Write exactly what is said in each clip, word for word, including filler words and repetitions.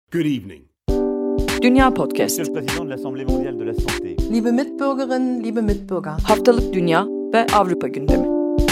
Good evening. Dünya Podcast. Monsieur le Président de l'Assemblée mondiale de la santé. Liebe Mitbürgerinnen, liebe Mitbürger. Haftalık Dünya ve Avrupa gündemi.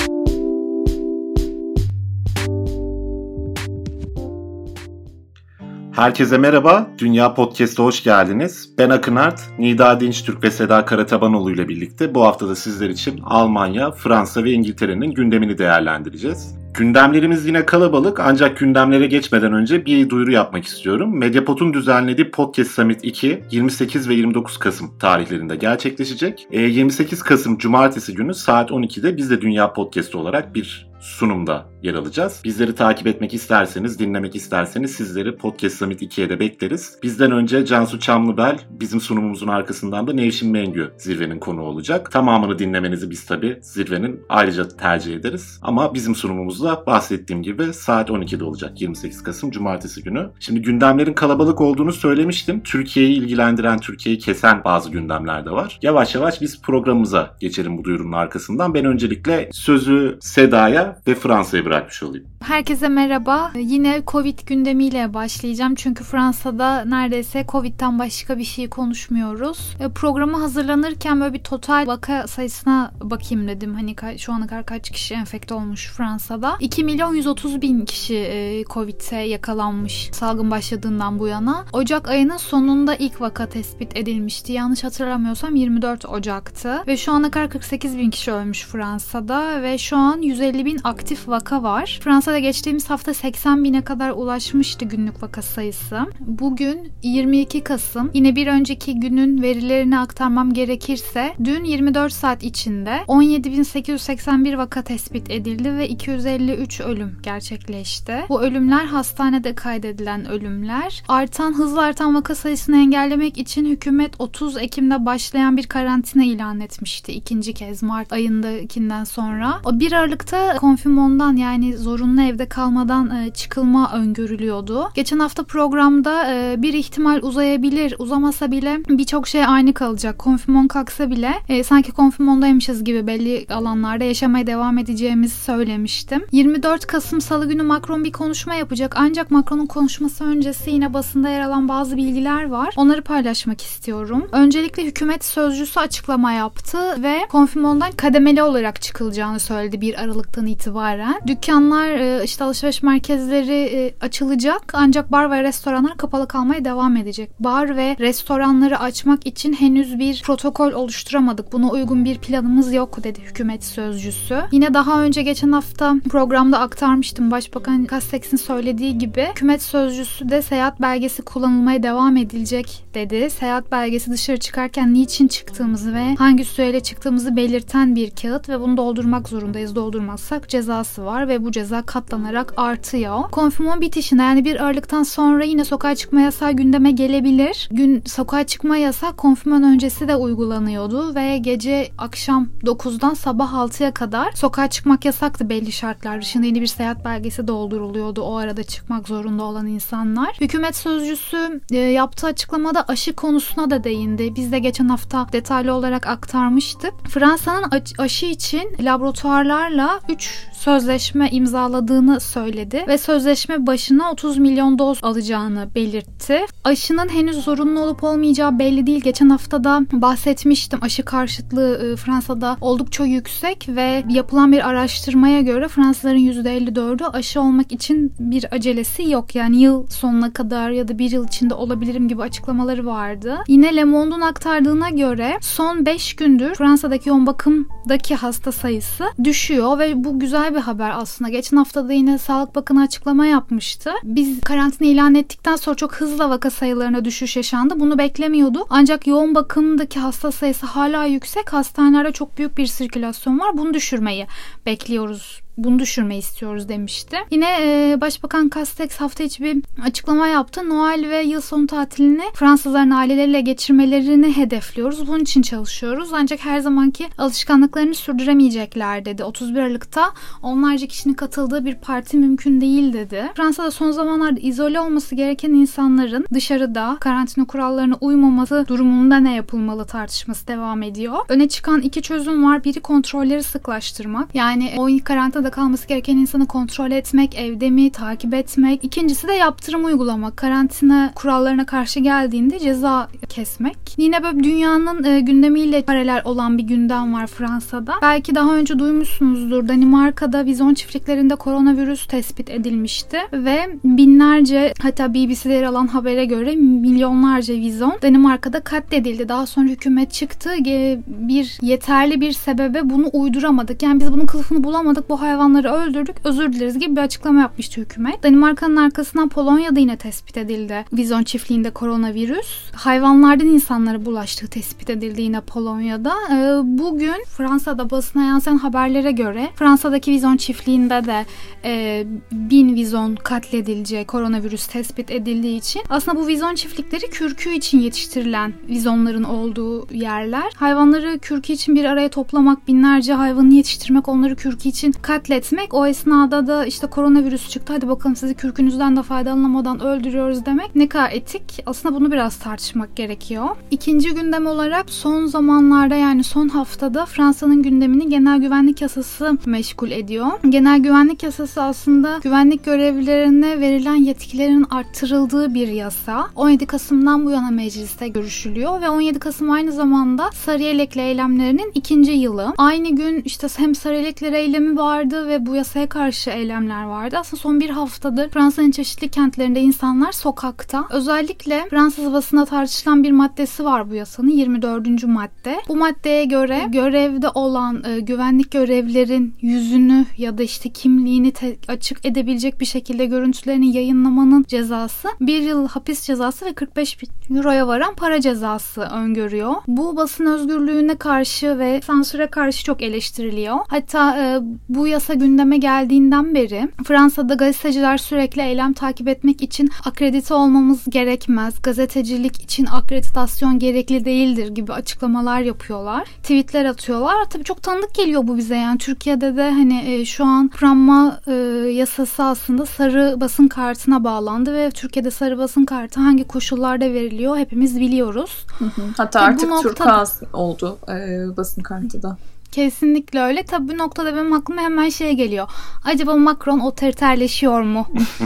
Herkese merhaba, Dünya Podcast'a hoş geldiniz. Ben Akın Art, Nida Dinçtürk ve Seda Karatabanoğlu ile birlikte bu hafta da sizler için Almanya, Fransa ve İngiltere'nin gündemini değerlendireceğiz. Gündemlerimiz yine kalabalık ancak gündemlere geçmeden önce bir duyuru yapmak istiyorum. Mediapod'un düzenlediği Podcast Summit iki yirmi sekiz ve yirmi dokuz Kasım tarihlerinde gerçekleşecek. yirmi sekiz Kasım Cumartesi günü saat on ikide biz de Dünya Podcast olarak bir sunumda yer alacağız. Bizleri takip etmek isterseniz, dinlemek isterseniz sizleri Podcast Summit ikiye de bekleriz. Bizden önce Cansu Çamlıbel, bizim sunumumuzun arkasından da Nevşin Mengü zirvenin konuğu olacak. Tamamını dinlemenizi biz tabii zirvenin ayrıca tercih ederiz. Ama bizim sunumumuzda bahsettiğim gibi saat on ikide olacak yirmi sekiz Kasım Cumartesi günü. Şimdi gündemlerin kalabalık olduğunu söylemiştim. Türkiye'yi ilgilendiren, Türkiye'yi kesen bazı gündemler de var. Yavaş yavaş biz programımıza geçelim bu duyurunun arkasından. Ben öncelikle sözü Seda'ya ve Fransa'ya bırakmış olayım. Herkese merhaba. Yine Covid gündemiyle başlayacağım. Çünkü Fransa'da neredeyse Covid'den başka bir şey konuşmuyoruz. Programı hazırlanırken böyle bir total vaka sayısına bakayım dedim. Hani şu ana kadar kaç kişi enfekte olmuş Fransa'da. iki milyon yüz otuz bin kişi Covid'e yakalanmış salgın başladığından bu yana. Ocak ayının sonunda ilk vaka tespit edilmişti. Yanlış hatırlamıyorsam yirmi dört Ocak'tı. Ve şu ana kadar kırk sekiz bin kişi ölmüş Fransa'da. Ve şu an yüz elli bin aktif vaka var. Fransa'da geçtiğimiz hafta seksen bine kadar ulaşmıştı günlük vaka sayısı. Bugün yirmi iki Kasım. Yine bir önceki günün verilerini aktarmam gerekirse dün yirmi dört saat içinde on yedi bin sekiz yüz seksen bir vaka tespit edildi ve iki yüz elli üç ölüm gerçekleşti. Bu ölümler hastanede kaydedilen ölümler. Artan, hızla artan vaka sayısını engellemek için hükümet otuz Ekim'de başlayan bir karantina ilan etmişti. İkinci kez Mart ayındakinden sonra. O bir Aralık'ta konfinmandan yani zorunlu evde kalmadan çıkılma öngörülüyordu. Geçen hafta programda bir ihtimal uzayabilir, uzamasa bile birçok şey aynı kalacak. Konfinman kalksa bile sanki konfinmandaymışız gibi belli alanlarda yaşamaya devam edeceğimizi söylemiştim. yirmi dört Kasım Salı günü Macron bir konuşma yapacak. Ancak Macron'un konuşması öncesi yine basında yer alan bazı bilgiler var. Onları paylaşmak istiyorum. Öncelikle hükümet sözcüsü açıklama yaptı ve konfinmandan kademeli olarak çıkılacağını söyledi bir Aralık'tan itibaren. Dükkanlar, işte alışveriş merkezleri açılacak ancak bar ve restoranlar kapalı kalmaya devam edecek. Bar ve restoranları açmak için henüz bir protokol oluşturamadık. Buna uygun bir planımız yok dedi hükümet sözcüsü. Yine daha önce geçen hafta programda aktarmıştım. Başbakan Casteks'in söylediği gibi hükümet sözcüsü de seyahat belgesi kullanılmaya devam edilecek dedi. Seyahat belgesi dışarı çıkarken niçin çıktığımızı ve hangi süreyle çıktığımızı belirten bir kağıt ve bunu doldurmak zorundayız. Doldurmazsak cezası var ve bu ceza katlanarak artıyor. Konfinman bitişinde yani bir Aralık'tan sonra yine sokağa çıkma yasağı gündeme gelebilir. Gün sokağa çıkma yasağı konfinman öncesi de uygulanıyordu ve gece akşam dokuzdan sabah altıya kadar sokağa çıkmak yasaktı belli şartlar dışında. Yeni bir seyahat belgesi dolduruluyordu o arada çıkmak zorunda olan insanlar. Hükümet sözcüsü e, yaptığı açıklamada aşı konusuna da değindi. Biz de geçen hafta detaylı olarak aktarmıştık. Fransa'nın aşı için laboratuvarlarla üç sözleşme imzaladığını söyledi ve sözleşme başına otuz milyon doz alacağını belirtti. Aşının henüz zorunlu olup olmayacağı belli değil. Geçen hafta da bahsetmiştim. Aşı karşıtlığı Fransa'da oldukça yüksek ve yapılan bir araştırmaya göre Fransızların yüzde elli dördü aşı olmak için bir acelesi yok. Yani yıl sonuna kadar ya da bir yıl içinde olabilirim gibi açıklamaları vardı. Yine Le Monde'un aktardığına göre son beş gündür Fransa'daki yoğun bakımdaki hasta sayısı düşüyor ve bu güzel bir haber aslında. Geçen hafta da yine Sağlık Bakanı açıklama yapmıştı. Biz karantina ilan ettikten sonra çok hızlı vaka sayılarına düşüş yaşandı. Bunu beklemiyorduk. Ancak yoğun bakımdaki hasta sayısı hala yüksek. Hastanelerde çok büyük bir sirkülasyon var. Bunu düşürmeyi bekliyoruz. Bunu düşürmeyi istiyoruz demişti. Yine e, Başbakan Castex hafta içi bir açıklama yaptı. Noel ve yıl sonu tatilini Fransızların aileleriyle geçirmelerini hedefliyoruz. Bunun için çalışıyoruz. Ancak her zamanki alışkanlıklarını sürdüremeyecekler dedi. otuz bir Aralık'ta onlarca kişinin katıldığı bir parti mümkün değil dedi. Fransa'da son zamanlarda izole olması gereken insanların dışarıda karantina kurallarına uymaması durumunda ne yapılmalı tartışması devam ediyor. Öne çıkan iki çözüm var. Biri kontrolleri sıklaştırmak. Yani o karantinada evde kalması gereken insanı kontrol etmek, evde mi takip etmek. İkincisi de yaptırım uygulamak. Karantina kurallarına karşı geldiğinde ceza kesmek. Yine böyle dünyanın e, gündemiyle paralel olan bir gündem var Fransa'da. Belki daha önce duymuşsunuzdur. Danimarka'da vizon çiftliklerinde koronavirüs tespit edilmişti ve binlerce, hatta B B C'de yer alan habere göre milyonlarca vizon Danimarka'da katledildi. Daha sonra hükümet çıktı. Bir yeterli bir sebebe bunu uyduramadık. Yani biz bunun kılıfını bulamadık. Bu hayvanları öldürdük. Özür dileriz gibi bir açıklama yapmıştı hükümet. Danimarka'nın arkasından Polonya'da yine tespit edildi. Vizon çiftliğinde koronavirüs. Hayvanlardan insanlara bulaştığı tespit edildi yine Polonya'da. Bugün Fransa'da basına yansıyan haberlere göre Fransa'daki vizon çiftliğinde de e, bin vizon katledilecek, koronavirüs tespit edildiği için. Aslında bu vizon çiftlikleri kürkü için yetiştirilen vizonların olduğu yerler. Hayvanları kürkü için bir araya toplamak, binlerce hayvanı yetiştirmek, onları kürkü için katletmek. O esnada da işte koronavirüs çıktı. Hadi bakalım sizi kürkünüzden de faydalanamadan öldürüyoruz demek ne kadar etik? Aslında bunu biraz tartışmak gerekiyor. İkinci gündem olarak son zamanlarda, yani son haftada Fransa'nın gündemini genel güvenlik yasası meşgul ediyor. Genel güvenlik yasası aslında güvenlik görevlilerine verilen yetkilerin arttırıldığı bir yasa. on yedi Kasım'dan bu yana mecliste görüşülüyor ve on yedi Kasım aynı zamanda Sarıyerlik eylemlerinin ikinci yılı. Aynı gün işte hem Sarıyerlikler eylemi vardı ve bu yasaya karşı eylemler vardı. Aslında son bir haftadır Fransa'nın çeşitli kentlerinde insanlar sokakta. Özellikle Fransız basında tartışılan bir maddesi var bu yasanın, yirmi dördüncü madde. Bu maddeye göre görevde olan e, güvenlik görevlilerin yüzünü ya da işte kimliğini te- açık edebilecek bir şekilde görüntülerini yayınlamanın cezası bir yıl hapis cezası ve kırk beş bin euroya varan para cezası öngörüyor. Bu basın özgürlüğüne karşı ve sansüre karşı çok eleştiriliyor. Hatta e, bu yasa gündeme geldiğinden beri Fransa'da gazeteciler sürekli eylem takip etmek için akredite olmamız gerekmez, gazetecilik için akreditasyon gerekli değildir gibi açıklamalar yapıyorlar. Tweetler atıyorlar. Tabii çok tanıdık geliyor bu bize. Yani Türkiye'de de hani e, şu an pranma e, yasası aslında sarı basın kartına bağlandı ve Türkiye'de sarı basın kartı hangi koşullarda veriliyor hepimiz biliyoruz. Hı hı. Hatta Ve artık noktada... turkuaz oldu e, basın kartı da. Kesinlikle öyle. Tabii bu noktada benim aklıma hemen şey geliyor. Acaba Macron otoriterleşiyor mu?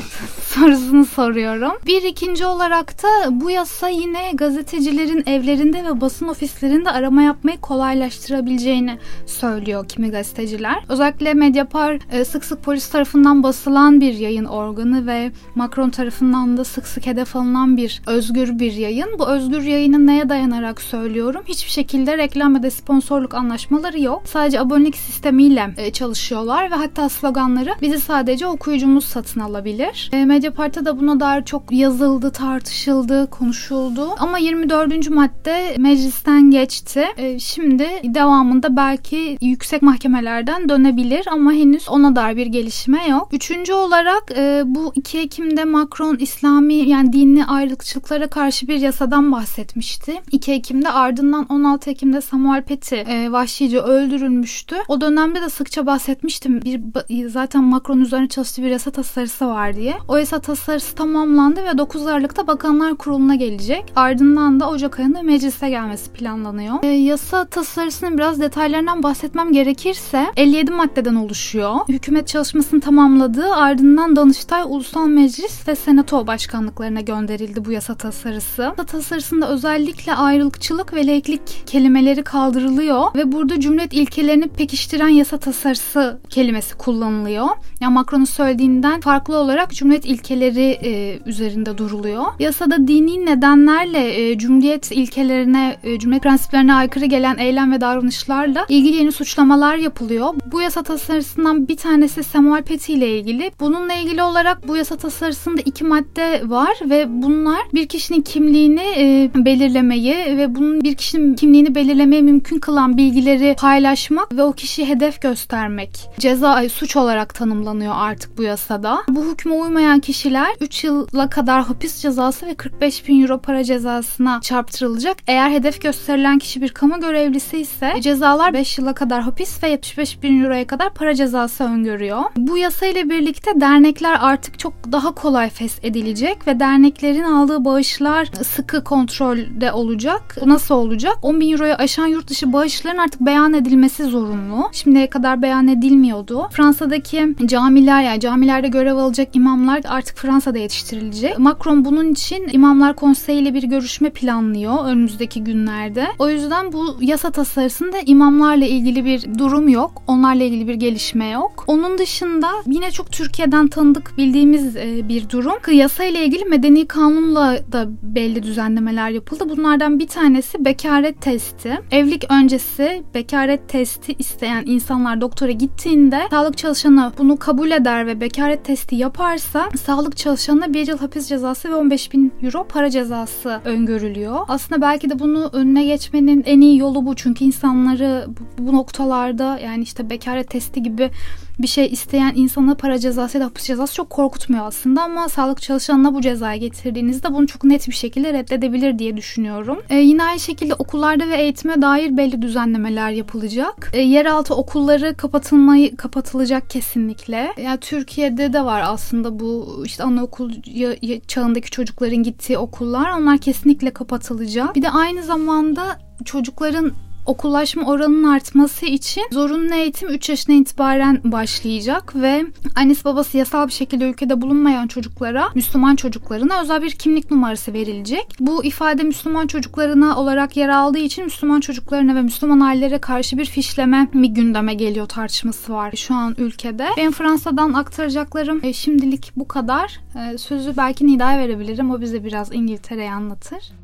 sorusunu soruyorum. Bir ikinci olarak da bu yasa yine gazetecilerin evlerinde ve basın ofislerinde arama yapmayı kolaylaştırabileceğini söylüyor kimi gazeteciler. Özellikle Mediapart sık sık polis tarafından basılan bir yayın organı ve Macron tarafından da sık sık hedef alınan bir özgür bir yayın. Bu özgür yayını neye dayanarak söylüyorum? Hiçbir şekilde reklam ya da sponsorluk anlaşmaları yok. Sadece abonelik sistemiyle e, çalışıyorlar ve hatta sloganları bizi sadece okuyucumuz satın alabilir. E, Mediapart'ta da buna dair çok yazıldı, tartışıldı, konuşuldu. Ama yirmi dördüncü madde meclisten geçti. E, şimdi devamında belki yüksek mahkemelerden dönebilir ama henüz ona dair bir gelişme yok. Üçüncü olarak e, bu iki Ekim'de Macron İslami yani dini ayrılıkçılıklara karşı bir yasadan bahsetmişti. iki Ekim'de ardından on altı Ekim'de Samuel Paty e, vahşice öldürülmüştü. O dönemde de sıkça bahsetmiştim. Bir, zaten Macron üzerine çalıştığı bir yasa tasarısı var diye. O yasa tasarısı tamamlandı ve dokuz Aralık'ta Bakanlar Kurulu'na gelecek. Ardından da Ocak ayında meclise gelmesi planlanıyor. E, yasa tasarısının biraz detaylarından bahsetmem gerekirse elli yedi maddeden oluşuyor. Hükümet çalışmasını tamamladığı ardından Danıştay, Ulusal Meclis ve Senato başkanlıklarına gönderildi bu yasa tasarısı. Yasa tasarısında özellikle ayrılıkçılık ve laiklik kelimeleri kaldırılıyor ve burada Cumhuriyet ilkelerini pekiştiren yasa tasarısı kelimesi kullanılıyor. Yani Macron'un söylediğinden farklı olarak Cumhuriyet ilkeleri e, üzerinde duruluyor. Yasada dini nedenlerle e, Cumhuriyet ilkelerine, e, Cumhuriyet prensiplerine aykırı gelen eylem ve davranışlarla ilgili yeni suçlamalar yapılıyor. Bu yasa tasarısından bir tanesi Samuel Paty ile ilgili. Bununla ilgili olarak bu yasa tasarısında iki madde var ve bunlar bir kişinin kimliğini e, belirlemeyi ve bunun bir kişinin kimliğini belirlemeye mümkün kılan bilgileri paylaşmak ve o kişiyi hedef göstermek ceza suç olarak tanımlanıyor artık bu yasada. Bu hükme uymayan kişiler üç yıla kadar hapis cezası ve kırk beş bin euro para cezasına çarptırılacak. Eğer hedef gösterilen kişi bir kamu görevlisi ise cezalar beş yıla kadar hapis ve yetmiş beş bin euroya kadar para cezası öngörüyor. Bu yasayla birlikte dernekler artık çok daha kolay feshedilecek ve derneklerin aldığı bağışlar sıkı kontrolde olacak. Nasıl olacak? on bin euroya aşan yurt dışı bağışların artık beyan edilecek edilmesi zorunlu. Şimdiye kadar beyan edilmiyordu. Fransa'daki camiler, yani camilerde görev alacak imamlar artık Fransa'da yetiştirilecek. Macron bunun için İmamlar Konseyi ile bir görüşme planlıyor önümüzdeki günlerde. O yüzden bu yasa tasarısında imamlarla ilgili bir durum yok. Onlarla ilgili bir gelişme yok. Onun dışında yine çok Türkiye'den tanıdık bildiğimiz bir durum. Yasa ile ilgili medeni kanunla da belli düzenlemeler yapıldı. Bunlardan bir tanesi bekaret testi. Evlilik öncesi bekaret testi isteyen insanlar doktora gittiğinde sağlık çalışanı bunu kabul eder ve bekaret testi yaparsa sağlık çalışanına bir yıl hapis cezası ve on beş bin euro para cezası öngörülüyor. Aslında belki de bunu önüne geçmenin en iyi yolu bu. Çünkü insanları bu, bu noktalarda, yani işte bekaret testi gibi bir şey isteyen insana para cezası ya da hapis cezası çok korkutmuyor aslında, ama sağlık çalışanına bu cezayı getirdiğinizde bunu çok net bir şekilde reddedebilir diye düşünüyorum. Ee, yine aynı şekilde okullarda ve eğitime dair belli düzenlemeler yapılacak. Ee, yeraltı okulları kapatılmayı kapatılacak kesinlikle. Yani Türkiye'de de var aslında bu, işte anaokul çağındaki çocukların gittiği okullar, onlar kesinlikle kapatılacak. Bir de aynı zamanda çocukların okullaşma oranının artması için zorunlu eğitim üç yaşına itibaren başlayacak ve annesi babası yasal bir şekilde ülkede bulunmayan çocuklara, Müslüman çocuklarına özel bir kimlik numarası verilecek. Bu ifade Müslüman çocuklarına olarak yer aldığı için Müslüman çocuklarına ve Müslüman ailelere karşı bir fişleme mi gündeme geliyor tartışması var şu an ülkede. Ben Fransa'dan aktaracaklarım e, şimdilik bu kadar. E, sözü belki Nida'ya verebilirim. O bize biraz İngiltere'yi anlatır.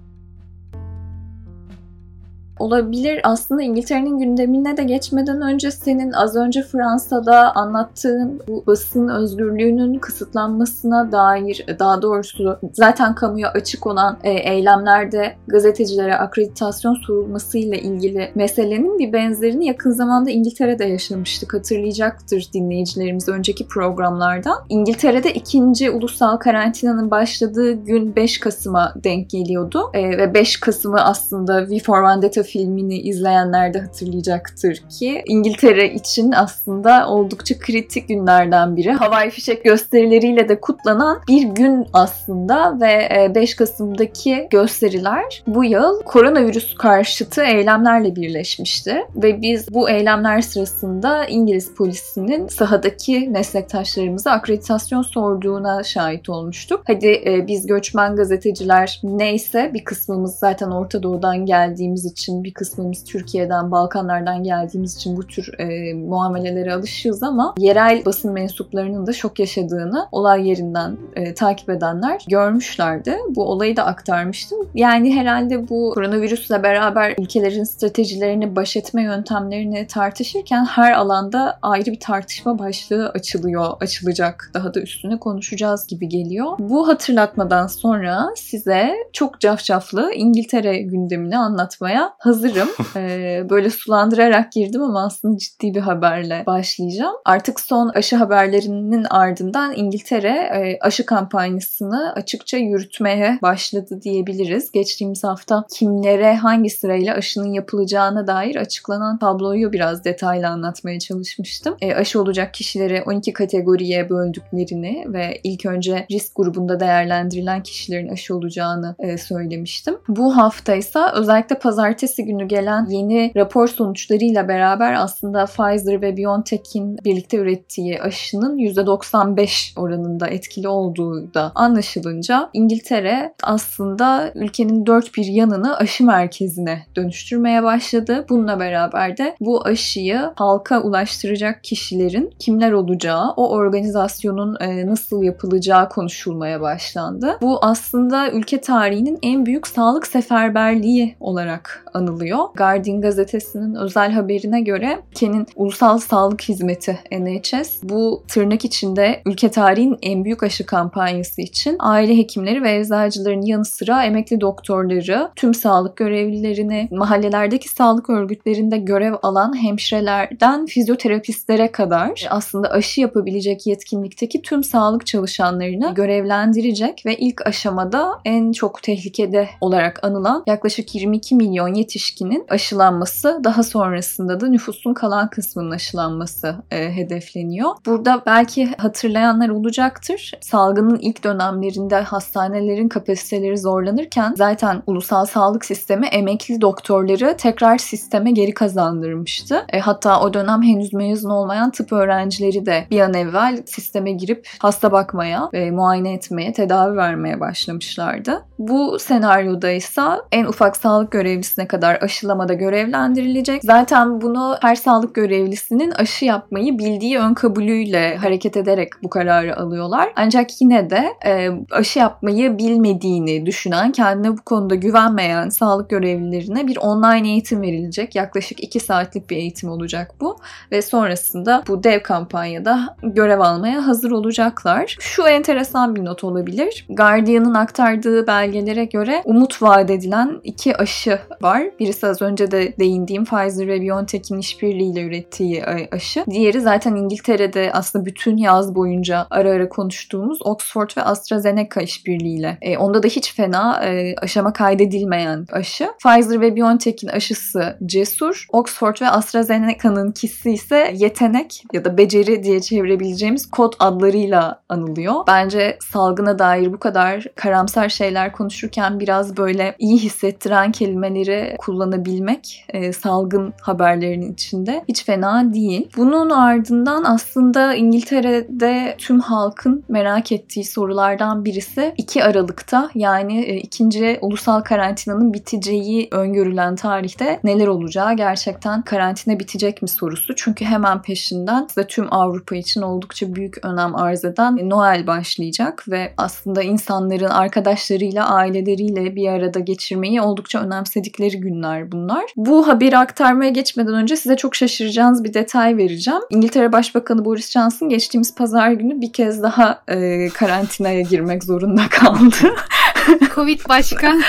Olabilir. Aslında İngiltere'nin gündemine de geçmeden önce senin az önce Fransa'da anlattığın bu basın özgürlüğünün kısıtlanmasına dair, daha doğrusu zaten kamuya açık olan e, eylemlerde gazetecilere akreditasyon sorulmasıyla ilgili meselenin bir benzerini yakın zamanda İngiltere'de yaşamıştık. Hatırlayacaktır dinleyicilerimiz önceki programlardan. İngiltere'de ikinci ulusal karantinanın başladığı gün beş Kasım'a denk geliyordu. E, ve beş Kasım'ı aslında V for Vendetta filmini izleyenler de hatırlayacaktır ki İngiltere için aslında oldukça kritik günlerden biri. Havai fişek gösterileriyle de kutlanan bir gün aslında ve beş Kasım'daki gösteriler bu yıl koronavirüs karşıtı eylemlerle birleşmişti ve biz bu eylemler sırasında İngiliz polisinin sahadaki meslektaşlarımıza akreditasyon sorduğuna şahit olmuştuk. Hadi biz göçmen gazeteciler neyse, bir kısmımız zaten Orta Doğu'dan geldiğimiz için, bir kısmımız Türkiye'den, Balkanlardan geldiğimiz için bu tür e, muamelelere alışığız, ama yerel basın mensuplarının da şok yaşadığını olay yerinden e, takip edenler görmüşlerdi. Bu olayı da aktarmıştım. Yani herhalde bu koronavirüsle beraber ülkelerin stratejilerini, baş etme yöntemlerini tartışırken her alanda ayrı bir tartışma başlığı açılıyor, açılacak. Daha da üstüne konuşacağız gibi geliyor. Bu hatırlatmadan sonra size çok cafcaflı İngiltere gündemini anlatmaya hazırım. Ee, böyle sulandırarak girdim ama aslında ciddi bir haberle başlayacağım. Artık son aşı haberlerinin ardından İngiltere e, aşı kampanyasını açıkça yürütmeye başladı diyebiliriz. Geçtiğimiz hafta kimlere hangi sırayla aşının yapılacağına dair açıklanan tabloyu biraz detaylı anlatmaya çalışmıştım. E, aşı olacak kişileri on iki kategoriye böldüklerini ve ilk önce risk grubunda değerlendirilen kişilerin aşı olacağını e, söylemiştim. Bu hafta ise özellikle pazartesi günü gelen yeni rapor sonuçlarıyla beraber aslında Pfizer ve BioNTech'in birlikte ürettiği aşının yüzde doksan beş oranında etkili olduğu da anlaşılınca İngiltere aslında ülkenin dört bir yanını aşı merkezine dönüştürmeye başladı. Bununla beraber de bu aşıyı halka ulaştıracak kişilerin kimler olacağı, o organizasyonun nasıl yapılacağı konuşulmaya başlandı. Bu aslında ülke tarihinin en büyük sağlık seferberliği olarak anılıyor. Guardian gazetesinin özel haberine göre ülkenin ulusal sağlık hizmeti N H S bu tırnak içinde ülke tarihinin en büyük aşı kampanyası için aile hekimleri ve eczacıların yanı sıra emekli doktorları, tüm sağlık görevlilerini, mahallelerdeki sağlık örgütlerinde görev alan hemşirelerden fizyoterapistlere kadar aslında aşı yapabilecek yetkinlikteki tüm sağlık çalışanlarını görevlendirecek ve ilk aşamada en çok tehlikede olarak anılan yaklaşık yirmi iki milyon yetişkin yetişkinin aşılanması, daha sonrasında da nüfusun kalan kısmının aşılanması e, hedefleniyor. Burada belki hatırlayanlar olacaktır. Salgının ilk dönemlerinde hastanelerin kapasiteleri zorlanırken zaten ulusal sağlık sistemi emekli doktorları tekrar sisteme geri kazandırmıştı. E, hatta o dönem henüz mezun olmayan tıp öğrencileri de bir an evvel sisteme girip hasta bakmaya, e, muayene etmeye, tedavi vermeye başlamışlardı. Bu senaryoda ise en ufak sağlık görevlisine kadar aşılamada görevlendirilecek. Zaten bunu her sağlık görevlisinin aşı yapmayı bildiği ön kabulüyle hareket ederek bu kararı alıyorlar. Ancak yine de e, aşı yapmayı bilmediğini düşünen, kendine bu konuda güvenmeyen sağlık görevlilerine bir online eğitim verilecek. Yaklaşık iki saatlik bir eğitim olacak bu. Ve sonrasında bu dev kampanyada görev almaya hazır olacaklar. Şu enteresan bir not olabilir. Guardian'ın aktardığı belgelere göre umut vaat edilen iki aşı var. Birisi az önce de değindiğim Pfizer ve BioNTech'in işbirliğiyle ürettiği aşı. Diğeri zaten İngiltere'de aslında bütün yaz boyunca ara ara konuştuğumuz Oxford ve AstraZeneca işbirliğiyle. E, onda da hiç fena e, aşama kaydedilmeyen aşı. Pfizer ve BioNTech'in aşısı cesur. Oxford ve AstraZeneca'nınkisi ise yetenek ya da beceri diye çevirebileceğimiz kod adlarıyla anılıyor. Bence salgına dair bu kadar karamsar şeyler konuşurken biraz böyle iyi hissettiren kelimeleri kullanabilmek e, salgın haberlerinin içinde hiç fena değil. Bunun ardından aslında İngiltere'de tüm halkın merak ettiği sorulardan birisi iki Aralık'ta yani e, ikinci ulusal karantinanın biteceği öngörülen tarihte neler olacağı, gerçekten karantina bitecek mi sorusu. Çünkü hemen peşinden size tüm Avrupa için oldukça büyük önem arz eden Noel başlayacak ve aslında insanların arkadaşlarıyla, aileleriyle bir arada geçirmeyi oldukça önemsedikleri günler bunlar. Bu haberi aktarmaya geçmeden önce size çok şaşıracağınız bir detay vereceğim. İngiltere Başbakanı Boris Johnson geçtiğimiz pazar günü bir kez daha e, karantinaya girmek zorunda kaldı. Covid başkan.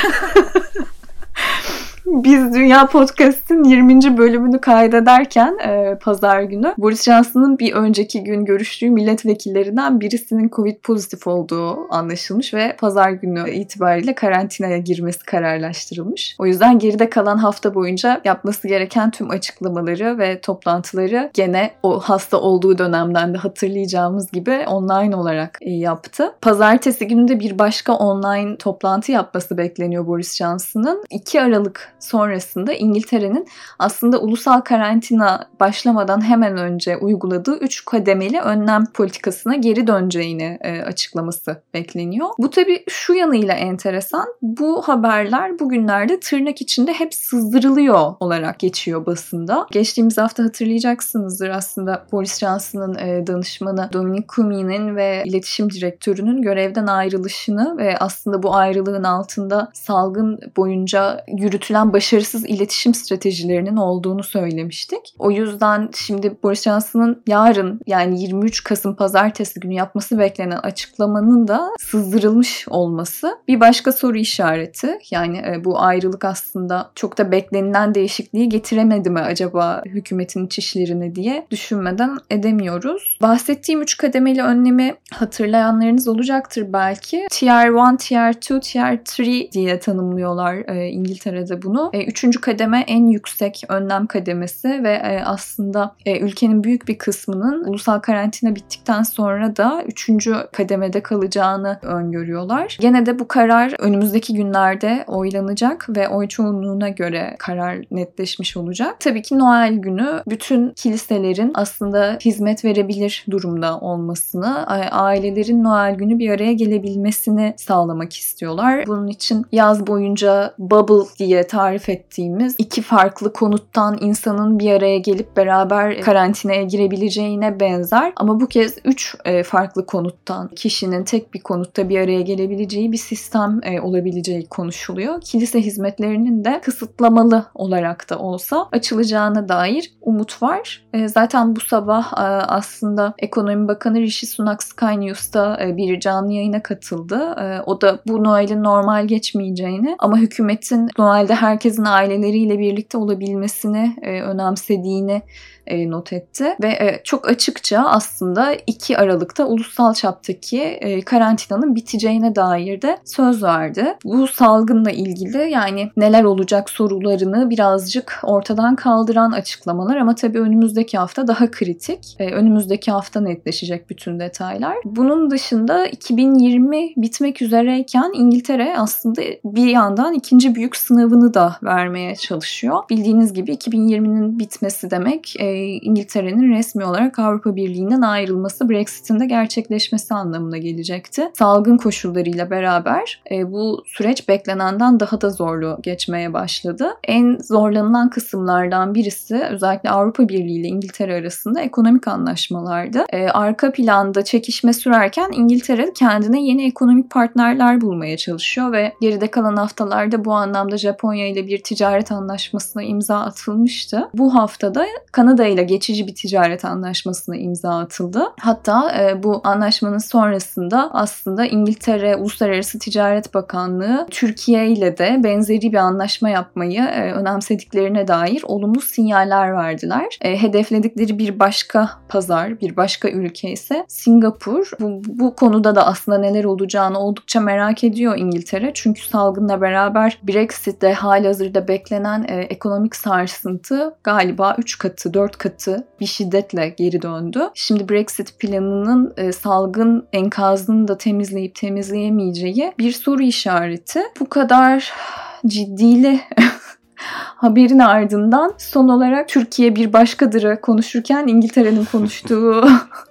Biz Dünya Podcast'in yirminci bölümünü kaydederken e, pazar günü Boris Johnson'ın bir önceki gün görüştüğü milletvekillerinden birisinin Covid pozitif olduğu anlaşılmış ve pazar günü itibariyle karantinaya girmesi kararlaştırılmış. O yüzden geride kalan hafta boyunca yapması gereken tüm açıklamaları ve toplantıları gene o hasta olduğu dönemden de hatırlayacağımız gibi online olarak e, yaptı. Pazartesi günü de bir başka online toplantı yapması bekleniyor Boris Johnson'ın. iki Aralık sonrasında İngiltere'nin aslında ulusal karantina başlamadan hemen önce uyguladığı üç kademeli önlem politikasına geri döneceğini e, açıklaması bekleniyor. Bu tabii şu yanıyla enteresan. Bu haberler bugünlerde tırnak içinde hep sızdırılıyor olarak geçiyor basında. Geçtiğimiz hafta hatırlayacaksınızdır aslında Boris Johnson'ın e, danışmanı Dominic Cumming'in ve iletişim direktörünün görevden ayrılışını ve aslında bu ayrılığın altında salgın boyunca yürütülen başarısız iletişim stratejilerinin olduğunu söylemiştik. O yüzden şimdi Boris Johnson'ın yarın yani yirmi üç Kasım pazartesi günü yapması beklenen açıklamanın da sızdırılmış olması bir başka soru işareti. Yani bu ayrılık aslında çok da beklenilen değişikliği getiremedi mi acaba hükümetin iç işlerine diye düşünmeden edemiyoruz. Bahsettiğim üç kademeli önlemi hatırlayanlarınız olacaktır belki. Tier bir, Tier iki, Tier üç diye tanımlıyorlar e, İngiltere'de bunu. E, üçüncü kademe en yüksek önlem kademesi ve e, aslında e, ülkenin büyük bir kısmının ulusal karantina bittikten sonra da üçüncü kademede kalacağını öngörüyorlar. Gene de bu karar önümüzdeki günlerde oylanacak ve oy çoğunluğuna göre karar netleşmiş olacak. Tabii ki Noel günü bütün kiliselerin aslında hizmet verebilir durumda olmasını, ailelerin Noel günü bir araya gelebilmesini sağlamak istiyorlar. Bunun için yaz boyunca bubble diye tarif ettiğimiz iki farklı konuttan insanın bir araya gelip beraber karantinaya girebileceğine benzer ama bu kez üç farklı konuttan kişinin tek bir konutta bir araya gelebileceği bir sistem olabileceği konuşuluyor. Kilise hizmetlerinin de kısıtlamalı olarak da olsa açılacağına dair umut var. Zaten bu sabah aslında Ekonomi Bakanı Rishi Sunak Sky News'ta bir canlı yayına katıldı. O da bu Noel'in normal geçmeyeceğini ama hükümetin Noel'de her herkesin aileleriyle birlikte olabilmesini e, önemsediğini e, not etti. Ve e, çok açıkça aslında iki Aralık'ta ulusal çaptaki e, karantinanın biteceğine dair de söz verdi. Bu salgınla ilgili yani neler olacak sorularını birazcık ortadan kaldıran açıklamalar ama tabii önümüzdeki hafta daha kritik. E, önümüzdeki hafta netleşecek bütün detaylar. Bunun dışında iki bin yirmi bitmek üzereyken İngiltere aslında bir yandan ikinci büyük sınavını da vermeye çalışıyor. Bildiğiniz gibi iki bin yirminin bitmesi demek e, İngiltere'nin resmi olarak Avrupa Birliği'nden ayrılması, Brexit'in de gerçekleşmesi anlamına gelecekti. Salgın koşullarıyla beraber e, bu süreç beklenenden daha da zorlu geçmeye başladı. En zorlanılan kısımlardan birisi özellikle Avrupa Birliği ile İngiltere arasında ekonomik anlaşmalardı. E, arka planda çekişme sürerken İngiltere kendine yeni ekonomik partnerler bulmaya çalışıyor ve geride kalan haftalarda bu anlamda Japonya ile bir ticaret anlaşmasına imza atılmıştı. Bu haftada Kanada ile geçici bir ticaret anlaşmasına imza atıldı. Hatta e, bu anlaşmanın sonrasında aslında İngiltere Uluslararası Ticaret Bakanlığı Türkiye ile de benzeri bir anlaşma yapmayı e, önemsediklerine dair olumlu sinyaller verdiler. E, hedefledikleri bir başka pazar, bir başka ülke ise Singapur. Bu, bu konuda da aslında neler olacağını oldukça merak ediyor İngiltere. Çünkü salgınla beraber Brexit'te halihazırda beklenen e, ekonomik sarsıntı galiba üç katı, dört katı bir şiddetle geri döndü. Şimdi Brexit planının e, salgın enkazını da temizleyip temizleyemeyeceği bir soru işareti. Bu kadar ciddili haberin ardından son olarak Türkiye bir başkadırı konuşurken İngiltere'nin konuştuğu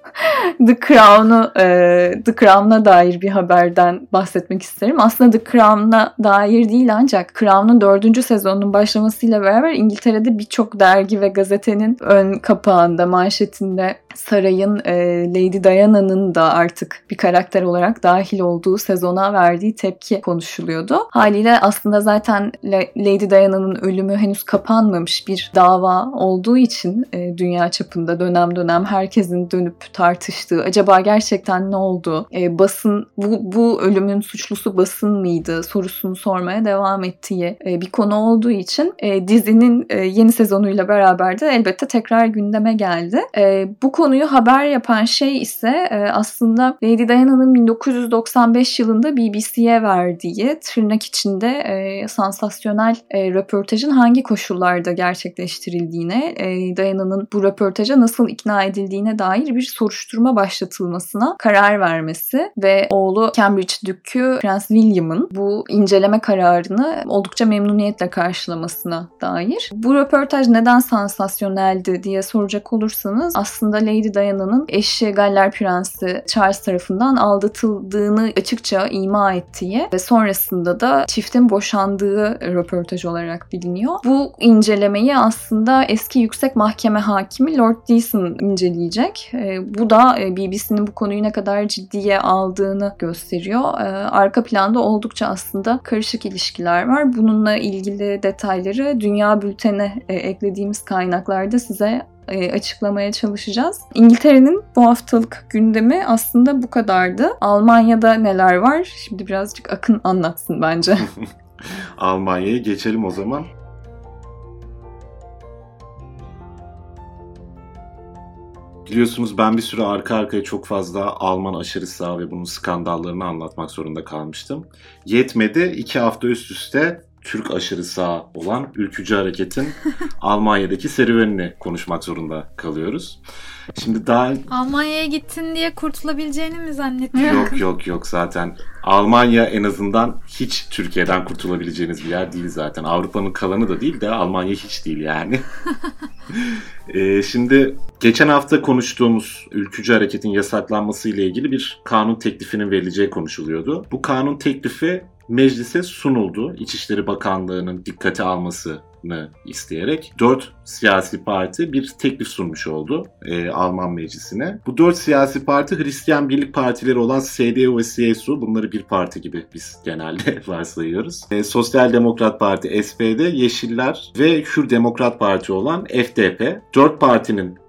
The Crown'u, e, The Crown'a dair bir haberden bahsetmek isterim. Aslında The Crown'a dair değil ancak Crown'un dördüncü sezonunun başlamasıyla beraber İngiltere'de birçok dergi ve gazetenin ön kapağında, manşetinde sarayın e, Lady Diana'nın da artık bir karakter olarak dahil olduğu sezona verdiği tepki konuşuluyordu. Haliyle aslında zaten Lady Diana'nın ölümü henüz kapanmamış bir dava olduğu için e, dünya çapında dönem dönem herkesin dönüp tartıştığı, acaba gerçekten ne oldu? E, basın bu, bu ölümün suçlusu basın mıydı sorusunu sormaya devam ettiği e, bir konu olduğu için e, dizinin e, yeni sezonuyla beraber de elbette tekrar gündeme geldi. E, bu konuyu haber yapan şey ise e, aslında Lady Diana'nın bin dokuz yüz doksan beş yılında B B C'ye verdiği tırnak içinde e, sansasyonel e, röportajın hangi koşullarda gerçekleştirildiğine, e, Diana'nın bu röportaja nasıl ikna edildiğine dair bir soruşturma başlatılmasına karar vermesi ve oğlu Cambridge Dükü Prens William'ın bu inceleme kararını oldukça memnuniyetle karşılamasına dair. Bu röportaj neden sansasyoneldi diye soracak olursanız aslında Lady Diana'nın eşi Galler Prensi Charles tarafından aldatıldığını açıkça ima ettiği ve sonrasında da çiftin boşandığı röportaj olarak biliniyor. Bu incelemeyi aslında eski yüksek mahkeme hakimi Lord Deason inceleyecek. Bu da B B C'nin bu konuyu ne kadar ciddiye aldığını gösteriyor. Arka planda oldukça aslında karışık ilişkiler var. Bununla ilgili detayları Dünya Bülten'e eklediğimiz kaynaklarda size açıklamaya çalışacağız. İngiltere'nin bu haftalık gündemi aslında bu kadardı. Almanya'da neler var? Şimdi birazcık Akın anlatsın bence. Almanya'ya geçelim o zaman. Biliyorsunuz ben bir süre arka arkaya çok fazla Alman aşırı sağ ve bunun skandallarını anlatmak zorunda kalmıştım. Yetmedi, iki hafta üst üste Türk aşırı sağ olan Ülkücü Hareket'in Almanya'daki serüvenini konuşmak zorunda kalıyoruz. Şimdi daha... Almanya'ya gittin diye kurtulabileceğini mi zannettin? Yok yok yok zaten Almanya en azından hiç Türkiye'den kurtulabileceğiniz bir yer değil zaten. Avrupa'nın kalanı da değil de Almanya hiç değil yani. ee, şimdi geçen hafta konuştuğumuz Ülkücü Hareket'in yasaklanması ile ilgili bir kanun teklifinin verileceği konuşuluyordu. Bu kanun teklifi meclise sunuldu. İçişleri Bakanlığı'nın dikkate almasını isteyerek dört siyasi parti bir teklif sunmuş oldu e, Alman meclisine. Bu dört siyasi parti Hristiyan Birlik Partileri olan S D U ve C S U, bunları bir parti gibi biz genelde varsayıyoruz. E, Sosyal Demokrat Parti S P D, Yeşiller ve Hür Demokrat Parti olan F D P. Dört partinin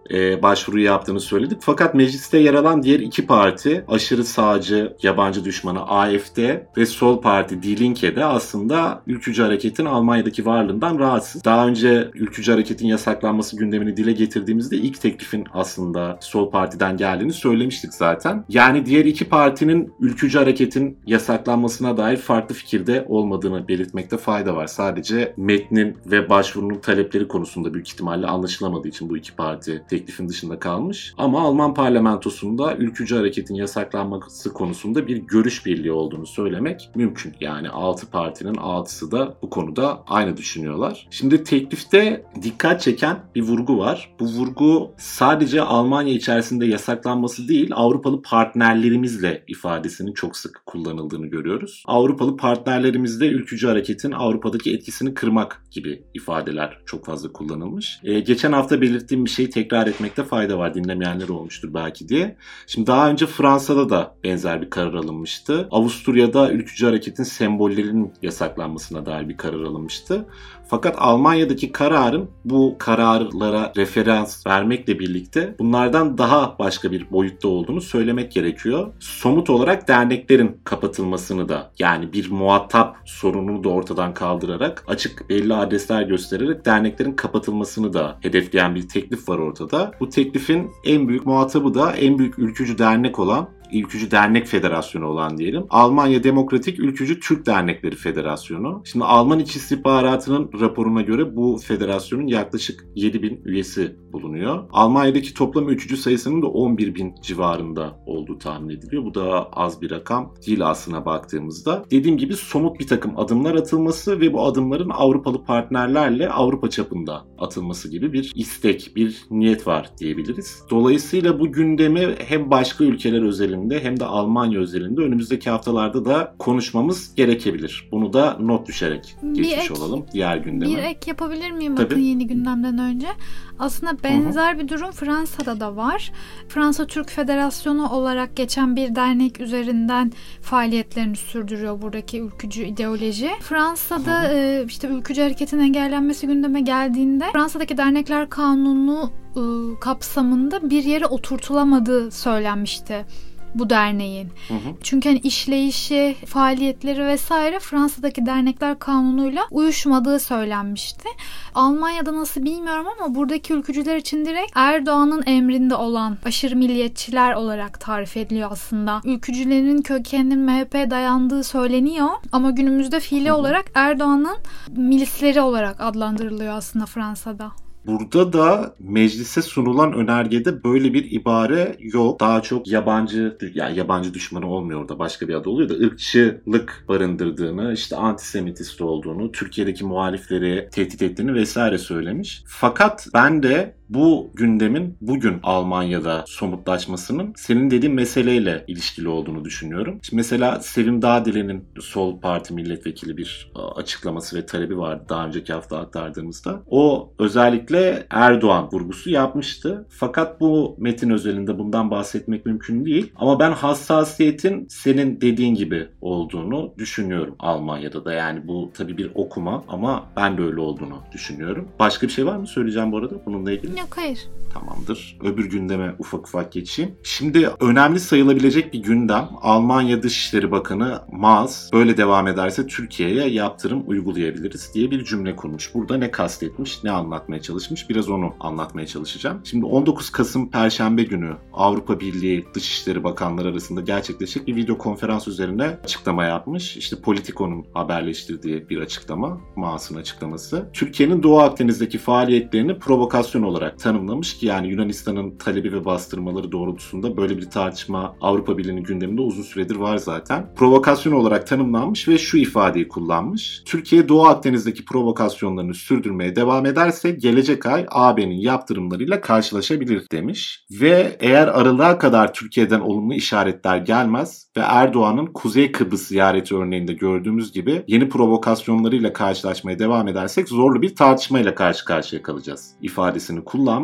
e, başvuru yaptığını söyledik. Fakat mecliste yer alan diğer iki parti, aşırı sağcı, yabancı düşmanı A F D ve sol parti Die Linke de aslında ülkücü hareketin Almanya'daki varlığından rahatsız. Daha önce ülkücü hareketin yasaklanması gündemini dile getirdiğimizde ilk teklifin aslında sol partiden geldiğini söylemiştik zaten. Yani diğer iki partinin ülkücü hareketin yasaklanmasına dair farklı fikirde olmadığını belirtmekte fayda var. Sadece metnin ve başvurunun talepleri konusunda büyük ihtimalle anlaşılamadığı için bu iki parti teklifin dışında kalmış. Ama Alman parlamentosunda ülkücü hareketin yasaklanması konusunda bir görüş birliği olduğunu söylemek mümkün. Yani altı partinin altısı da bu konuda aynı düşünüyorlar. Şimdi teklifte dikkat çeken bir vurgu var. Bu vurgu sadece Almanya içerisinde yasaklanması değil, Avrupalı partnerlerimizle ifadesinin çok sık kullanıldığını görüyoruz. Avrupalı partnerlerimizle ülkücü hareketin Avrupa'daki etkisini kırmak gibi ifadeler çok fazla kullanılmış. Ee, geçen hafta belirttiğim bir şeyi tekrar etmekte fayda var. Dinlemeyenler olmuştur belki diye. Şimdi daha önce Fransa'da da benzer bir karar alınmıştı. Avusturya'da ülkücü hareketin sembollerinin yasaklanmasına dair bir karar alınmıştı. Fakat Almanya'daki kararın bu kararlara referans vermekle birlikte bunlardan daha başka bir boyutta olduğunu söylemek gerekiyor. Somut olarak derneklerin kapatılmasını da, yani bir muhatap sorununu da ortadan kaldırarak açık belli adresler göstererek derneklerin kapatılmasını da hedefleyen bir teklif var ortada. Bu teklifin en büyük muhatabı da en büyük ülkücü dernek olan Ülkücü Dernek Federasyonu olan diyelim. Almanya Demokratik Ülkücü Türk Dernekleri Federasyonu. Şimdi Alman İç İstihbaratı'nın raporuna göre bu federasyonun yaklaşık yedi bin üyesi bulunuyor. Almanya'daki toplam ülkücü sayısının da on bir bin civarında olduğu tahmin ediliyor. Bu da az bir rakam değil aslına baktığımızda. Dediğim gibi somut bir takım adımlar atılması ve bu adımların Avrupalı partnerlerle Avrupa çapında atılması gibi bir istek, bir niyet var diyebiliriz. Dolayısıyla bu gündemi hem başka ülkeler özelinde hem de Almanya özelinde önümüzdeki haftalarda da konuşmamız gerekebilir. Bunu da not düşerek geçmiş ek, olalım diğer gündeme. Bir ek yapabilir miyim Tabii. bakın yeni gündemden önce? Aslında benzer Hı-hı. bir durum Fransa'da da var. Fransa Türk Federasyonu olarak geçen bir dernek üzerinden faaliyetlerini sürdürüyor buradaki ülkücü ideoloji. Fransa'da e, işte ülkücü hareketin engellenmesi gündeme geldiğinde Fransa'daki dernekler kanunu e, kapsamında bir yere oturtulamadığı söylenmişti bu derneğin. Hı hı. Çünkü hani işleyişi, faaliyetleri vesaire Fransa'daki dernekler kanunuyla uyuşmadığı söylenmişti. Almanya'da nasıl bilmiyorum ama buradaki ülkücüler için direkt Erdoğan'ın emrinde olan aşırı milliyetçiler olarak tarif ediliyor aslında. Ülkücülerin kökeninin M H P'ye dayandığı söyleniyor ama günümüzde fiili hı hı. olarak Erdoğan'ın milisleri olarak adlandırılıyor aslında Fransa'da. Burada da meclise sunulan önergede böyle bir ibare yok. Daha çok yabancı, yani yabancı düşmanı olmuyor orada, başka bir adı oluyor da ırkçılık barındırdığını, işte antisemitist olduğunu, Türkiye'deki muhalifleri tehdit ettiğini vesaire söylemiş. Fakat ben de bu gündemin bugün Almanya'da somutlaşmasının senin dediğin meseleyle ilişkili olduğunu düşünüyorum. Şimdi mesela Sevim Dağdile'nin Sol Parti milletvekili bir açıklaması ve talebi vardı daha önceki hafta aktardığımızda. O özellikle Erdoğan vurgusu yapmıştı. Fakat bu metin özelinde bundan bahsetmek mümkün değil. Ama ben hassasiyetin senin dediğin gibi olduğunu düşünüyorum Almanya'da da. Yani bu tabii bir okuma ama ben de öyle olduğunu düşünüyorum. Başka bir şey var mı söyleyeceğim bu arada bununla ilgili? Yok, hayır. Tamamdır. Öbür gündeme ufak ufak geçeyim. Şimdi önemli sayılabilecek bir gündem. Almanya Dışişleri Bakanı Maas böyle devam ederse Türkiye'ye yaptırım uygulayabiliriz diye bir cümle kurmuş. Burada ne kastetmiş, ne anlatmaya çalışmış? Biraz onu anlatmaya çalışacağım. Şimdi on dokuz Kasım Perşembe günü Avrupa Birliği Dışişleri Bakanları arasında gerçekleşecek bir video konferans üzerine açıklama yapmış. İşte Politico'nun haberleştirdiği bir açıklama, Maas'ın açıklaması. Türkiye'nin Doğu Akdeniz'deki faaliyetlerini provokasyon olarak tanımlamış ki yani Yunanistan'ın talebi ve bastırmaları doğrultusunda böyle bir tartışma Avrupa Birliği'nin gündeminde uzun süredir var zaten. Provokasyon olarak tanımlanmış ve şu ifadeyi kullanmış. Türkiye Doğu Akdeniz'deki provokasyonlarını sürdürmeye devam ederse gelecek ay A B'nin yaptırımlarıyla karşılaşabilir demiş. Ve eğer aralığa kadar Türkiye'den olumlu işaretler gelmez ve Erdoğan'ın Kuzey Kıbrıs ziyareti örneğinde gördüğümüz gibi yeni provokasyonlarıyla karşılaşmaya devam edersek zorlu bir tartışmayla karşı karşıya kalacağız ifadesini kullanmış. Bunu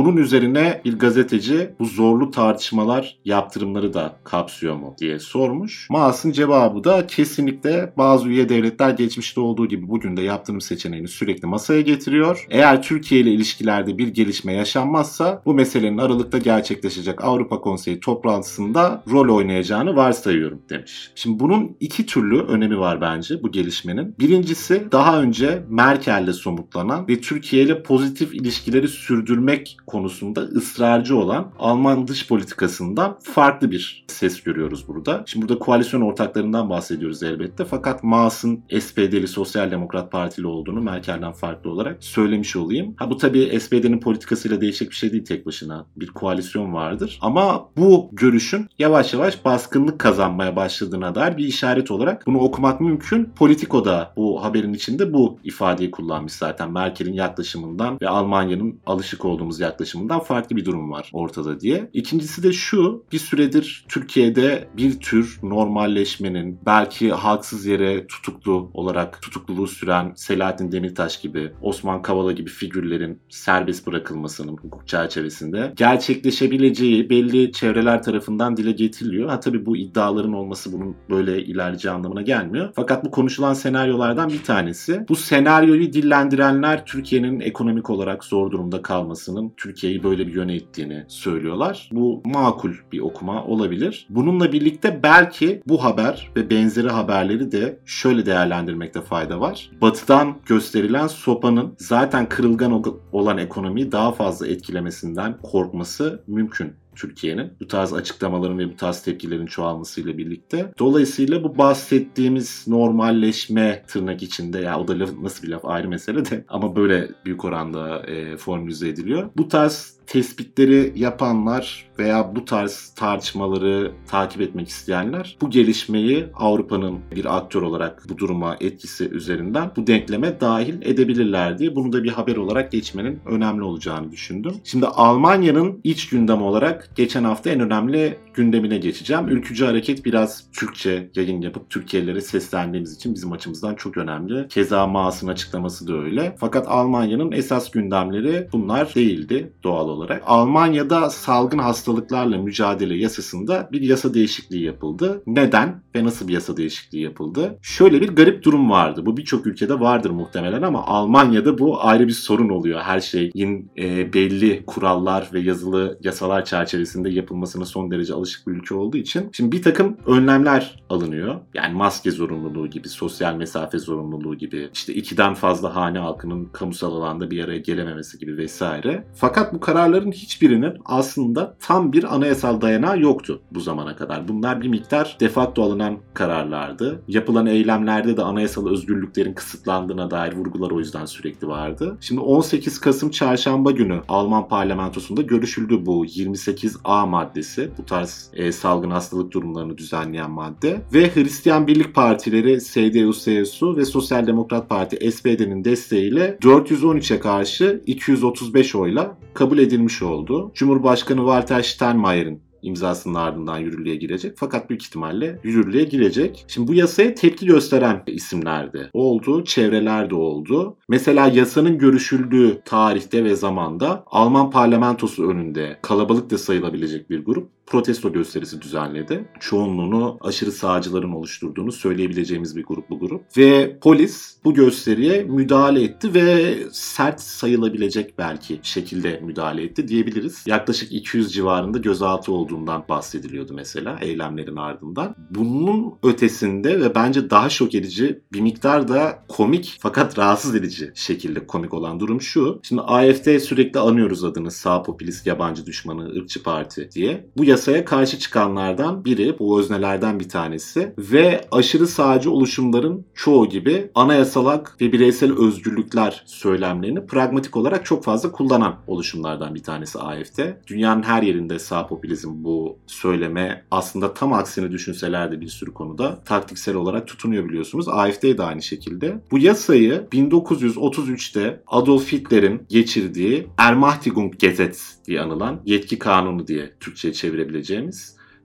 Bunun üzerine bir gazeteci bu zorlu tartışmalar yaptırımları da kapsıyor mu diye sormuş. Maas'ın cevabı da kesinlikle bazı üye devletler geçmişte olduğu gibi bugün de yaptırım seçeneğini sürekli masaya getiriyor. Eğer Türkiye ile ilişkilerde bir gelişme yaşanmazsa bu meselenin Aralık'ta gerçekleşecek Avrupa Konseyi toplantısında rol oynayacağını varsayıyorum demiş. Şimdi bunun iki türlü önemi var bence bu gelişmenin. Birincisi daha önce Merkel'le somutlanan ve Türkiye ile pozitif ilişkileri sürdürmek konusunda ısrarcı olan Alman dış politikasından farklı bir ses görüyoruz burada. Şimdi burada koalisyon ortaklarından bahsediyoruz elbette. Fakat Maas'ın S P D'li Sosyal Demokrat Partili olduğunu Merkel'den farklı olarak söylemiş olayım. Ha bu tabii S P D'nin politikasıyla değişecek bir şey değil tek başına. Bir koalisyon vardır. Ama bu görüşün yavaş yavaş baskınlık kazanmaya başladığına dair bir işaret olarak bunu okumak mümkün. Politico da bu haberin içinde bu ifadeyi kullanmış zaten. Merkel'in yaklaşımından ve Almanya'nın alışık olduğumuz yaklaşımından farklı bir durum var ortada diye. İkincisi de şu, bir süredir Türkiye'de bir tür normalleşmenin, belki haksız yere tutuklu olarak tutukluluğu süren Selahattin Demirtaş gibi, Osman Kavala gibi figürlerin serbest bırakılmasının hukuk çerçevesinde gerçekleşebileceği belli çevreler tarafından dile getiriliyor. Ha tabii bu iddiaların olması bunun böyle ilerleyeceği anlamına gelmiyor. Fakat bu konuşulan senaryolardan bir tanesi. Bu senaryoyu dillendirenler Türkiye'nin ekonomik olarak zor durumda kalmasının Türkiye'yi böyle bir yöne ittiğini söylüyorlar. Bu makul bir okuma olabilir. Bununla birlikte belki bu haber ve benzeri haberleri de şöyle değerlendirmekte fayda var. Batı'dan gösterilen sopanın zaten kırılgan olan ekonomiyi daha fazla etkilemesinden korkması mümkün Türkiye'nin. Bu tarz açıklamaların ve bu tarz tepkilerin çoğalmasıyla birlikte. Dolayısıyla bu bahsettiğimiz normalleşme tırnak içinde, ya o da laf, nasıl bir laf ayrı mesele de ama böyle büyük oranda e, formülize ediliyor. Bu tarz tespitleri yapanlar veya bu tarz tartışmaları takip etmek isteyenler bu gelişmeyi Avrupa'nın bir aktör olarak bu duruma etkisi üzerinden bu denkleme dahil edebilirler diye bunu da bir haber olarak geçmenin önemli olacağını düşündüm. Şimdi Almanya'nın iç gündem olarak geçen hafta en önemli gündemine geçeceğim. Ülkücü Hareket biraz Türkçe yayın yapıp Türkiye'lilere seslendiğimiz için bizim açımızdan çok önemli. Keza Maas'ın açıklaması da öyle. Fakat Almanya'nın esas gündemleri bunlar değildi doğal olarak. Almanya'da salgın hastalıklarla mücadele yasasında bir yasa değişikliği yapıldı. Neden ve nasıl bir yasa değişikliği yapıldı? Şöyle bir garip durum vardı. Bu birçok ülkede vardır muhtemelen ama Almanya'da bu ayrı bir sorun oluyor. Her şeyin e, belli kurallar ve yazılı yasalar çerçevesinde yapılmasına son derece alışık bir ülke olduğu için şimdi bir takım önlemler alınıyor. Yani maske zorunluluğu gibi, sosyal mesafe zorunluluğu gibi, işte ikiden fazla hane halkının kamusal alanda bir araya gelememesi gibi vesaire. Fakat bu kararların hiçbirinin aslında tam bir anayasal dayanağı yoktu bu zamana kadar. Bunlar bir miktar de facto alınan kararlardı. Yapılan eylemlerde de anayasal özgürlüklerin kısıtlandığına dair vurgular o yüzden sürekli vardı. Şimdi on sekiz Kasım Çarşamba günü Alman parlamentosunda görüşüldü bu yirmi sekiz A maddesi. Bu tarz e, salgın hastalık durumlarını düzenleyen madde. Ve Hristiyan Birlik Partileri S D U C S U ve Sosyal Demokrat Parti S P D'nin desteğiyle dört yüz on üçe karşı iki yüz otuz beş oyla kabul edilmiş oldu. Cumhurbaşkanı Walter Steinmeier'in imzasının ardından yürürlüğe girecek. Fakat büyük ihtimalle yürürlüğe girecek. Şimdi bu yasaya tepki gösteren isimler de oldu, çevreler de oldu. Mesela yasanın görüşüldüğü tarihte ve zamanda Alman parlamentosu önünde kalabalık da sayılabilecek bir grup protesto gösterisi düzenledi. Çoğunluğunu aşırı sağcıların oluşturduğunu söyleyebileceğimiz bir grup bu grup. Ve polis bu gösteriye müdahale etti ve sert sayılabilecek belki şekilde müdahale etti diyebiliriz. Yaklaşık iki yüz civarında gözaltı olduğundan bahsediliyordu mesela eylemlerin ardından. Bunun ötesinde ve bence daha şok edici bir miktar da komik fakat rahatsız edici şekilde komik olan durum şu. Şimdi A F D sürekli anıyoruz adını, sağ popülist, yabancı düşmanı, ırkçı parti diye. Bu yasaya karşı çıkanlardan biri, bu öznelerden bir tanesi ve aşırı sağcı oluşumların çoğu gibi anayasal hak ve bireysel özgürlükler söylemlerini pragmatik olarak çok fazla kullanan oluşumlardan bir tanesi A F D. Dünyanın her yerinde sağ popülizm bu söyleme aslında tam aksini düşünseler de bir sürü konuda taktiksel olarak tutunuyor biliyorsunuz. A F D de aynı şekilde. Bu yasayı bin dokuz yüz otuz üçte Adolf Hitler'in geçirdiği Ermächtigungsgesetz diye anılan yetki kanunu diye Türkçe'ye çevirebileceğimiz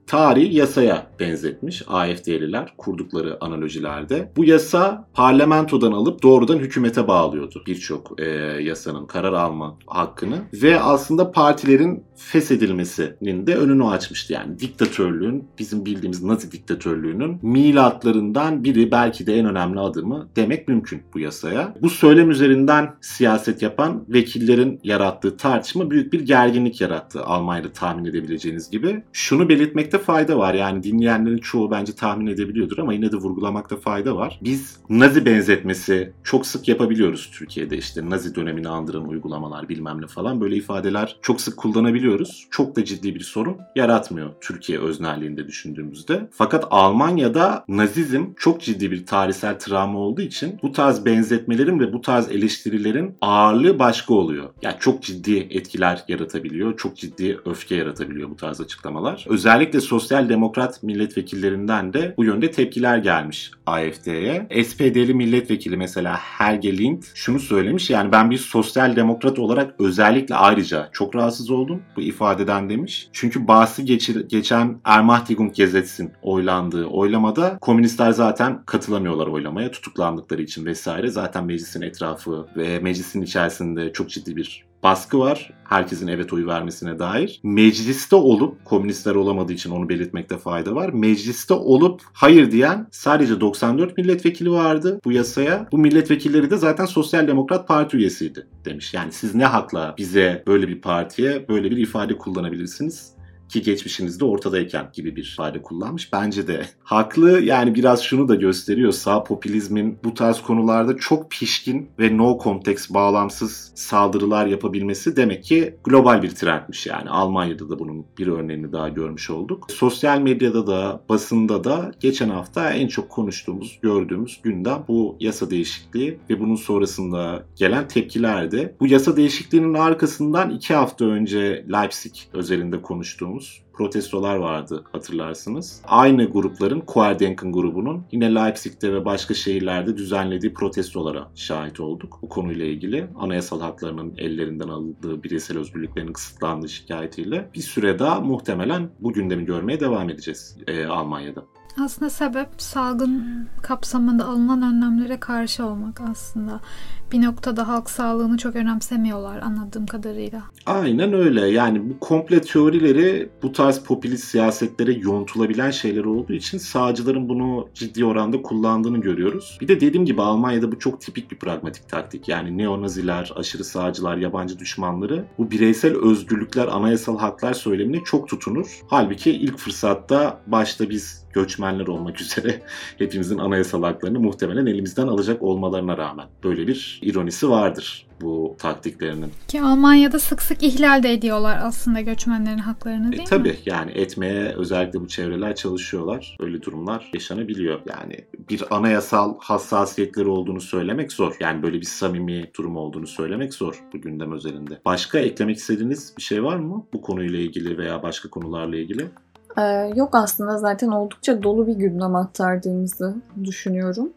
tarihi yasaya benzetmiş A F D'liler kurdukları analojilerde. Bu yasa parlamentodan alıp doğrudan hükümete bağlıyordu birçok e, yasanın karar alma hakkını ve aslında partilerin feshedilmesinin de önünü açmıştı. Yani diktatörlüğün, bizim bildiğimiz Nazi diktatörlüğünün milatlarından biri, belki de en önemli adımı demek mümkün bu yasaya. Bu söylem üzerinden siyaset yapan vekillerin yarattığı tartışma büyük bir gerginlik yarattı Almanya'da, tahmin edebileceğiniz gibi. Şunu belirtmekte fayda var, yani dinleyenlerin çoğu bence tahmin edebiliyordur ama yine de vurgulamakta fayda var. Biz Nazi benzetmesi çok sık yapabiliyoruz Türkiye'de, işte Nazi dönemini andıran uygulamalar bilmem ne falan, böyle ifadeler çok sık kullanabiliyoruz. Çok da ciddi bir sorun yaratmıyor Türkiye öznelliğinde düşündüğümüzde. Fakat Almanya'da Nazizm çok ciddi bir tarihsel travma olduğu için bu tarz benzetmelerin ve bu tarz eleştirilerin ağırlığı başka oluyor. Yani çok ciddi etkiler yaratabiliyor, çok ciddi öfke yaratabiliyor bu tarz açıklamalar. Özellikle sosyal demokrat milletvekillerinden de bu yönde tepkiler gelmiş A F D'ye. S P D'li milletvekili mesela Helge Lind şunu söylemiş, yani ben bir sosyal demokrat olarak özellikle ayrıca çok rahatsız oldum bu ifadeden demiş. Çünkü bahsi geçir, geçen Ermächtigung Gesetz'in oylandığı oylamada komünistler zaten katılamıyorlar oylamaya tutuklandıkları için vesaire. Zaten meclisin etrafı ve meclisin içerisinde çok ciddi bir baskı var herkesin evet oyu vermesine dair. Mecliste olup, komünistler olamadığı için onu belirtmekte fayda var, mecliste olup hayır diyen sadece doksan dört milletvekili vardı bu yasaya. Bu milletvekilleri de zaten Sosyal Demokrat Parti üyesiydi demiş. Yani siz ne hakla bize, böyle bir partiye böyle bir ifade kullanabilirsiniz ki geçmişinizde ortadayken gibi bir ifade kullanmış. Bence de haklı. Yani biraz şunu da gösteriyor. Sağ popülizmin bu tarz konularda çok pişkin ve no context, bağlamsız saldırılar yapabilmesi demek ki global bir trendmiş yani. Almanya'da da bunun bir örneğini daha görmüş olduk. Sosyal medyada da, basında da geçen hafta en çok konuştuğumuz, gördüğümüz gündem bu yasa değişikliği ve bunun sonrasında gelen tepkilerdi. Bu yasa değişikliğinin arkasından iki hafta önce Leipzig özelinde konuştuğumuz protestolar vardı, hatırlarsınız. Aynı grupların, Querdenken grubunun yine Leipzig'te ve başka şehirlerde düzenlediği protestolara şahit olduk. Bu konuyla ilgili anayasal haklarının ellerinden alındığı, bireysel özgürlüklerinin kısıtlandığı şikayetiyle bir süre daha muhtemelen bu gündemi görmeye devam edeceğiz e, Almanya'da. Aslında sebep salgın kapsamında alınan önlemlere karşı olmak aslında. Bir noktada halk sağlığını çok önemsemiyorlar anladığım kadarıyla. Aynen öyle. Yani bu komple teorileri bu tarz popülist siyasetlere yontulabilen şeyler olduğu için sağcıların bunu ciddi oranda kullandığını görüyoruz. Bir de dediğim gibi Almanya'da bu çok tipik bir pragmatik taktik. Yani neonaziler, aşırı sağcılar, yabancı düşmanları bu bireysel özgürlükler, anayasal haklar söylemine çok tutunur. Halbuki ilk fırsatta başta biz göçmenler olmak üzere hepimizin anayasal haklarını muhtemelen elimizden alacak olmalarına rağmen böyle bir ironisi vardır bu taktiklerinin. Ki Almanya'da sık sık ihlal de ediyorlar aslında göçmenlerin haklarını, değil e, mi? Tabii yani etmeye özellikle bu çevreler çalışıyorlar. Öyle durumlar yaşanabiliyor. Yani bir anayasal hassasiyetleri olduğunu söylemek zor. Yani böyle bir samimi durum olduğunu söylemek zor bu gündem özelinde. Başka eklemek istediğiniz bir şey var mı bu konuyla ilgili veya başka konularla ilgili? Ee, yok aslında zaten oldukça dolu bir gündem aktardığımızı düşünüyorum.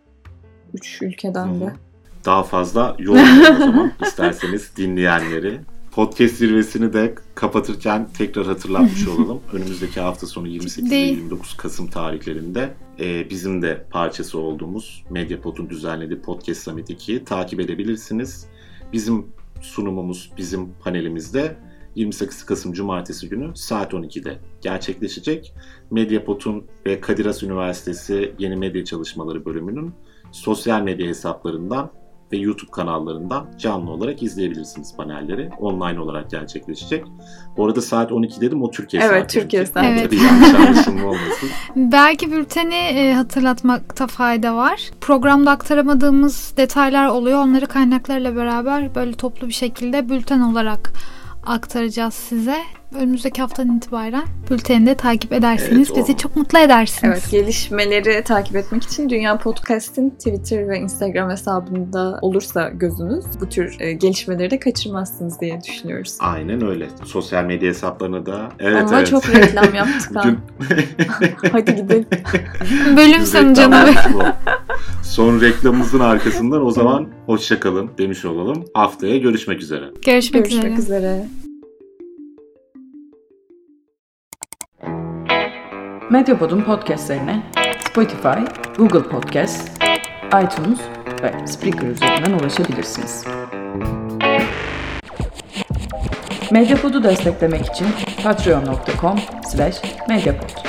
Üç ülkeden de. Daha fazla yormayalım o zaman isterseniz dinleyenleri. Podcast zirvesini de kapatırken tekrar hatırlatmış olalım. Önümüzdeki hafta sonu yirmi sekiz ve yirmi dokuz Kasım tarihlerinde e, bizim de parçası olduğumuz Mediapod'un düzenlediği Podcast Summit ikiyi takip edebilirsiniz. Bizim sunumumuz, bizim panelimizde yirmi sekiz Kasım Cumartesi günü saat on ikide gerçekleşecek. Mediapod'un ve Kadir Has Üniversitesi Yeni Medya Çalışmaları bölümünün sosyal medya hesaplarından ve YouTube kanallarından canlı olarak izleyebilirsiniz panelleri. Online olarak gerçekleşecek. Bu arada saat on iki dedim, o Türkiye saati. Evet, Türkiye saati. Evet. Bir yanlış anlaşılma olmasın. Belki bülteni e, hatırlatmakta fayda var. Programda aktaramadığımız detaylar oluyor. Onları kaynaklarla beraber böyle toplu bir şekilde bülten olarak aktaracağız size. Önümüzdeki haftadan itibaren bülteni de takip edersiniz. Evet, bizi çok mutlu edersiniz. Evet, gelişmeleri takip etmek için Dünya Podcast'in Twitter ve Instagram hesabında olursa gözünüz bu tür e, gelişmeleri de kaçırmazsınız diye düşünüyoruz. Aynen öyle. Sosyal medya hesaplarına da. Evet, Ama evet. çok reklam yaptık ha. Bugün... Hadi gidelim. Bölüm sonu canım. Son reklamımızın arkasından o zaman hoşça kalın demiş olalım. Haftaya görüşmek üzere. Görüşmek, Görüşmek üzere. üzere. Medyapod'un podcastlerine Spotify, Google Podcast, iTunes ve Spreaker üzerinden ulaşabilirsiniz. Medyapod'u desteklemek için patreon nokta com slash medyapod.